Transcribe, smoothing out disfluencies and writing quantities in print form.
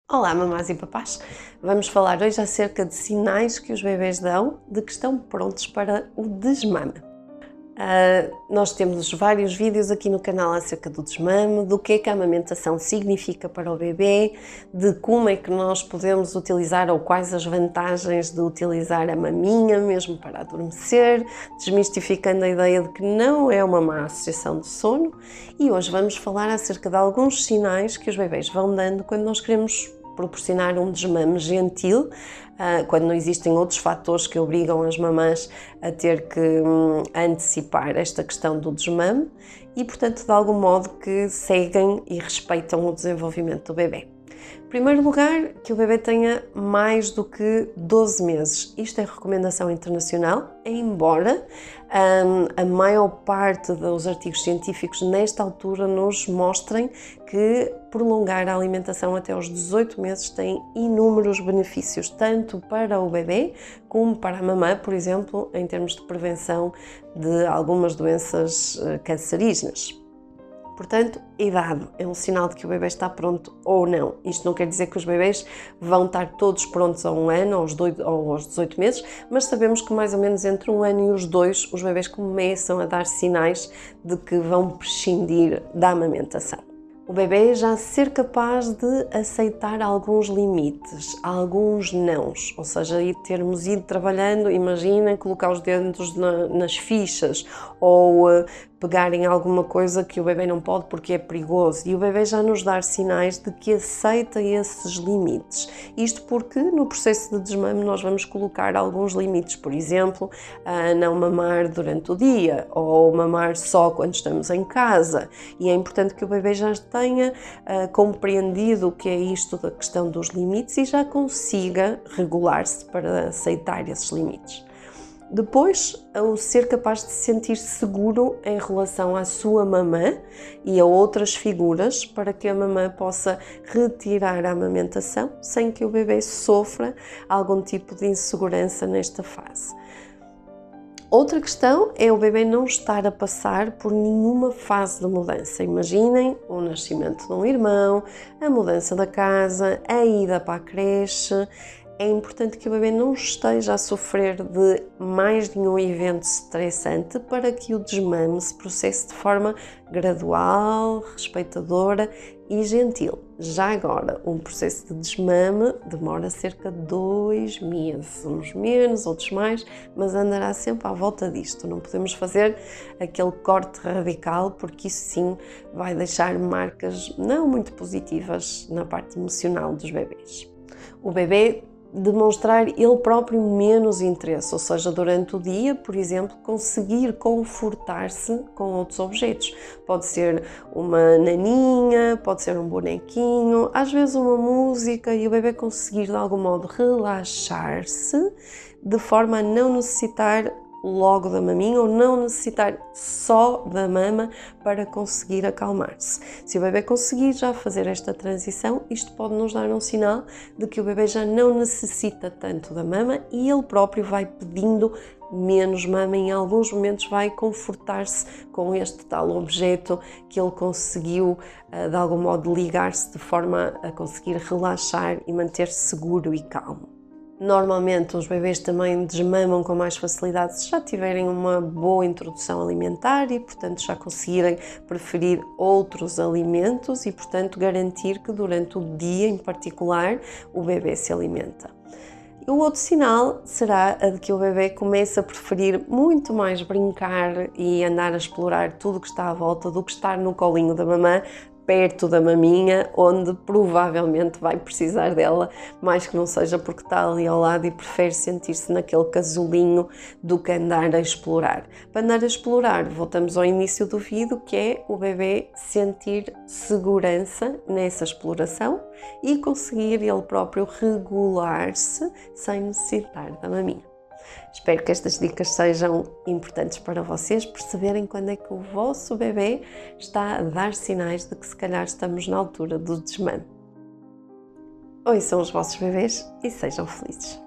Olá, mamás e papás! Vamos falar hoje acerca de sinais que os bebés dão de que estão prontos para o desmame. Nós temos vários vídeos aqui no canal acerca do desmame, do que a amamentação significa para o bebê, de como é que nós podemos utilizar ou quais as vantagens de utilizar a maminha mesmo para adormecer, desmistificando a ideia de que não é uma má associação de sono. E hoje vamos falar acerca de alguns sinais que os bebés vão dando quando nós queremos proporcionar um desmame gentil, quando não existem outros fatores que obrigam as mamãs a ter que antecipar esta questão do desmame e, portanto, de algum modo que seguem e respeitam o desenvolvimento do bebê. Em primeiro lugar, que o bebê tenha mais do que 12 meses. Isto é recomendação internacional, embora a maior parte dos artigos científicos nesta altura nos mostrem que prolongar a alimentação até aos 18 meses tem inúmeros benefícios, tanto para o bebê como para a mamã, por exemplo, em termos de prevenção de algumas doenças cancerígenas. Portanto, idade é um sinal de que o bebê está pronto ou não. Isto não quer dizer que os bebés vão estar todos prontos a um ano ou aos 18 meses, mas sabemos que mais ou menos entre um ano e os dois, os bebés começam a dar sinais de que vão prescindir da amamentação. O bebê já ser capaz de aceitar alguns limites, alguns nãos, ou seja, termos ido trabalhando, imaginem colocar os dedos nas fichas ou pegarem alguma coisa que o bebê não pode porque é perigoso, e o bebê já nos dar sinais de que aceita esses limites. Isto porque no processo de desmame nós vamos colocar alguns limites, por exemplo, não mamar durante o dia ou mamar só quando estamos em casa, e é importante que o bebê já tenha compreendido o que é isto da questão dos limites e já consiga regular-se para aceitar esses limites. Depois, o ser capaz de se sentir seguro em relação à sua mamã e a outras figuras para que a mamã possa retirar a amamentação sem que o bebê sofra algum tipo de insegurança nesta fase. Outra questão é o bebê não estar a passar por nenhuma fase de mudança. Imaginem o nascimento de um irmão, a mudança da casa, a ida para a creche. É importante que o bebê não esteja a sofrer de mais de um evento estressante para que o desmame se processe de forma gradual, respeitadora e gentil. Já agora, um processo de desmame demora cerca de 2 meses, uns menos, outros mais, mas andará sempre à volta disto. Não podemos fazer aquele corte radical, porque isso sim vai deixar marcas não muito positivas na parte emocional dos bebês. O bebê demonstrar ele próprio menos interesse, ou seja, durante o dia, por exemplo, conseguir confortar-se com outros objetos. Pode ser uma naninha, pode ser um bonequinho, às vezes uma música, e o bebê conseguir de algum modo relaxar-se de forma a não necessitar logo da maminha ou não necessitar só da mama para conseguir acalmar-se. Se o bebê conseguir já fazer esta transição, isto pode nos dar um sinal de que o bebê já não necessita tanto da mama e ele próprio vai pedindo menos mama, em alguns momentos vai confortar-se com este tal objeto que ele conseguiu de algum modo ligar-se de forma a conseguir relaxar e manter-se seguro e calmo. Normalmente os bebês também desmamam com mais facilidade se já tiverem uma boa introdução alimentar e, portanto, já conseguirem preferir outros alimentos e, portanto, garantir que durante o dia em particular o bebê se alimenta. E o outro sinal será a de que o bebê começa a preferir muito mais brincar e andar a explorar tudo o que está à volta do que estar no colinho da mamã, perto da maminha, onde provavelmente vai precisar dela, mais que não seja porque está ali ao lado e prefere sentir-se naquele casulinho do que andar a explorar. Para andar a explorar, voltamos ao início do vídeo, que é o bebê sentir segurança nessa exploração e conseguir ele próprio regular-se sem necessitar da maminha. Espero que estas dicas sejam importantes para vocês perceberem quando é que o vosso bebê está a dar sinais de que se calhar estamos na altura do desmame. Ouçam os vossos bebês e sejam felizes.